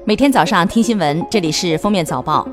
每天早上听新闻，这里是封面早报。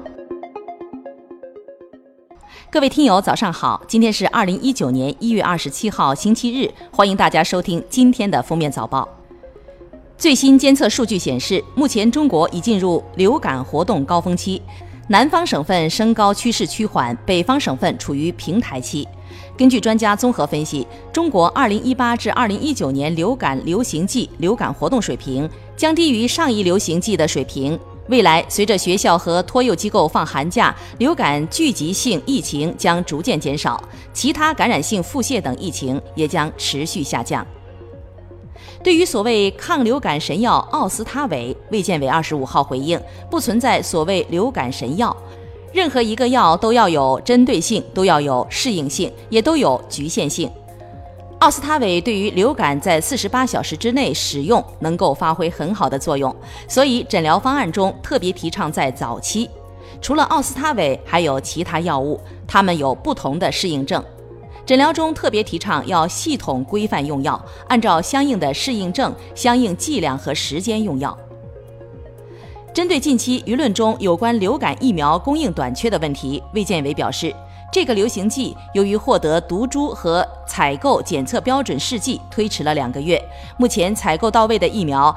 各位听友早上好，今天是2019年1月27号星期日，欢迎大家收听今天的封面早报。最新监测数据显示，目前中国已进入流感活动高峰期，南方省份升高趋势趋缓，北方省份处于平台期。根据专家综合分析，中国2018至2019年流感流行季流感活动水平将低于上一流行季的水平。未来随着学校和托幼机构放寒假，流感聚集性疫情将逐渐减少，其他感染性腹泻等疫情也将持续下降。对于所谓抗流感神药奥司他韦，卫健委25号回应，不存在所谓流感神药，任何一个药都要有针对性，都要有适应性，也都有局限性。奥司他韦对于流感在48小时之内使用能够发挥很好的作用，所以诊疗方案中特别提倡在早期。除了奥司他韦，还有其他药物，它们有不同的适应症。诊疗中特别提倡要系统规范用药，按照相应的适应症、相应剂量和时间用药。针对近期舆论中有关流感疫苗供应短缺的问题，卫健委表示，这个流行季由于获得毒株和采购检测标准试剂推迟了2个月，目前采购到位的疫苗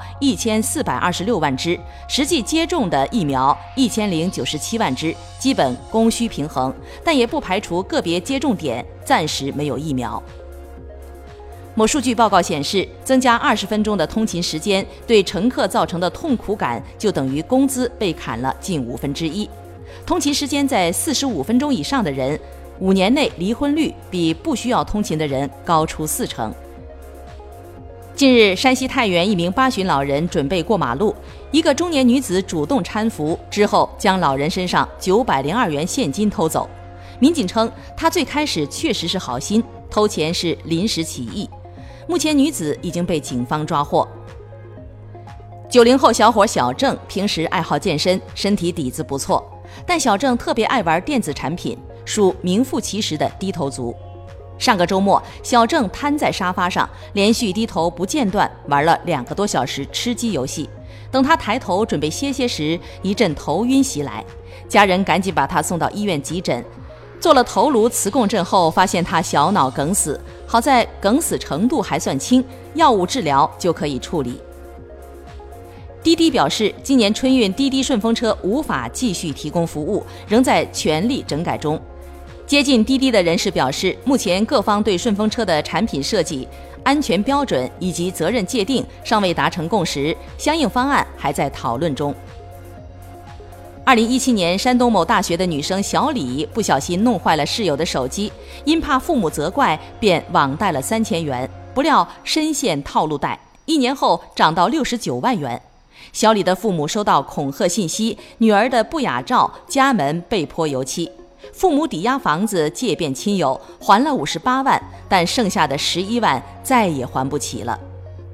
1426万支，实际接种的疫苗1097万支，基本供需平衡，但也不排除个别接种点暂时没有疫苗。某数据报告显示，增加20分钟的通勤时间对乘客造成的痛苦感就等于工资被砍了近1/5。通勤时间在45分钟以上的人，5年内离婚率比不需要通勤的人高出40%。近日，山西太原一名8旬老人准备过马路，一个中年女子主动搀扶，之后将老人身上902元现金偷走。民警称，他最开始确实是好心，偷钱是临时起意。目前女子已经被警方抓获。90后小伙小郑平时爱好健身，身体底子不错，但小郑特别爱玩电子产品，属名副其实的低头族。上个周末，小郑瘫在沙发上，连续低头不间断玩了2个多小时吃鸡游戏。等他抬头准备歇歇时，一阵头晕袭来，家人赶紧把他送到医院急诊。做了头颅磁共振后，发现他小脑梗死，好在梗死程度还算轻，药物治疗就可以处理。滴滴表示，今年春运滴滴顺风车无法继续提供服务，仍在全力整改中。接近滴滴的人士表示，目前各方对顺风车的产品设计、安全标准以及责任界定尚未达成共识，相应方案还在讨论中。2017年，山东某大学的女生小李不小心弄坏了室友的手机，因怕父母责怪，便网贷了3000元，不料深陷套路贷，1年后涨到69万元。小李的父母收到恐吓信息，女儿的不雅照，家门被泼油漆。父母抵押房子借遍亲友，还了58万，但剩下的11万再也还不起了。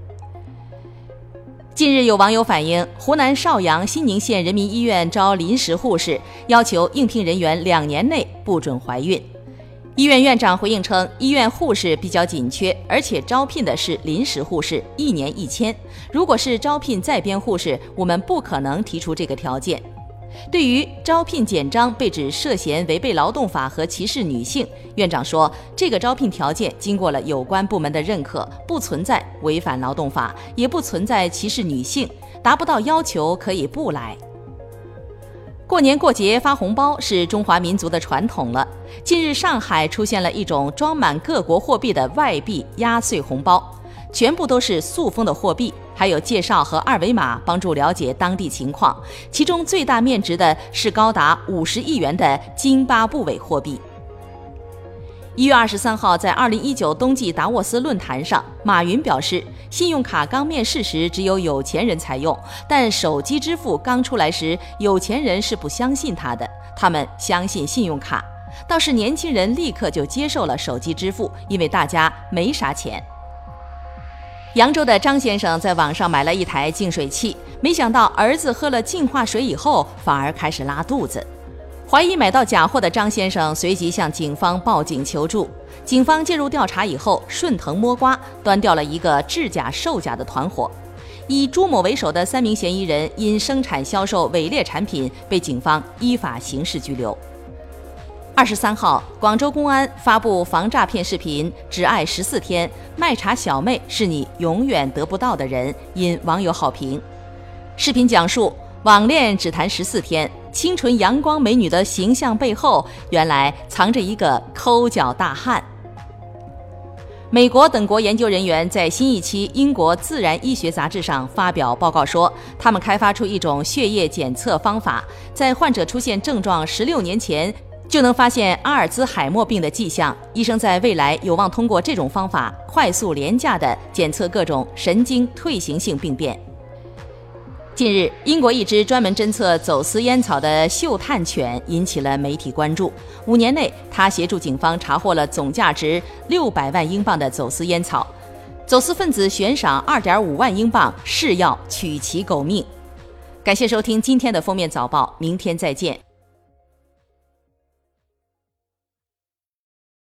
近日有网友反映，湖南邵阳新宁县人民医院招临时护士，要求应聘人员2年内不准怀孕。医院院长回应称，医院护士比较紧缺，而且招聘的是临时护士，1年1000。如果是招聘在编护士，我们不可能提出这个条件。对于招聘简章被指涉嫌违背劳动法和歧视女性，院长说，这个招聘条件经过了有关部门的认可，不存在违反劳动法，也不存在歧视女性，达不到要求可以不来。过年过节发红包是中华民族的传统了。近日，上海出现了一种装满各国货币的外币压岁红包，全部都是塑封的货币，还有介绍和二维码帮助了解当地情况。其中最大面值的是高达50亿元的津巴布韦货币。1月23号，在2019冬季达沃斯论坛上，马云表示，信用卡刚面世时只有有钱人才用，但手机支付刚出来时，有钱人是不相信它的，他们相信信用卡。倒是年轻人立刻就接受了手机支付，因为大家没啥钱。扬州的张先生在网上买了一台净水器，没想到儿子喝了净化水以后，反而开始拉肚子。怀疑买到假货的张先生随即向警方报警求助。警方介入调查以后，顺藤摸瓜，端掉了一个制假售假的团伙。 以朱某为首的3名嫌疑人因生产销售伪劣产品被警方依法刑事拘留。23号，广州公安发布防诈骗视频《只爱14天》，卖茶小妹是你永远得不到的人，引网友好评。视频讲述网恋只谈14天，清纯阳光美女的形象背后，原来藏着一个抠脚大汉。美国等国研究人员在新一期英国自然医学杂志上发表报告说，他们开发出一种血液检测方法，在患者出现症状16年前就能发现阿尔兹海默病的迹象。医生在未来有望通过这种方法快速廉价地检测各种神经退行性病变。近日，英国一只专门侦测走私烟草的嗅探犬引起了媒体关注。5年内，它协助警方查获了总价值600万英镑的走私烟草，走私分子悬赏2.5万英镑，誓要取其狗命。感谢收听今天的封面早报，明天再见。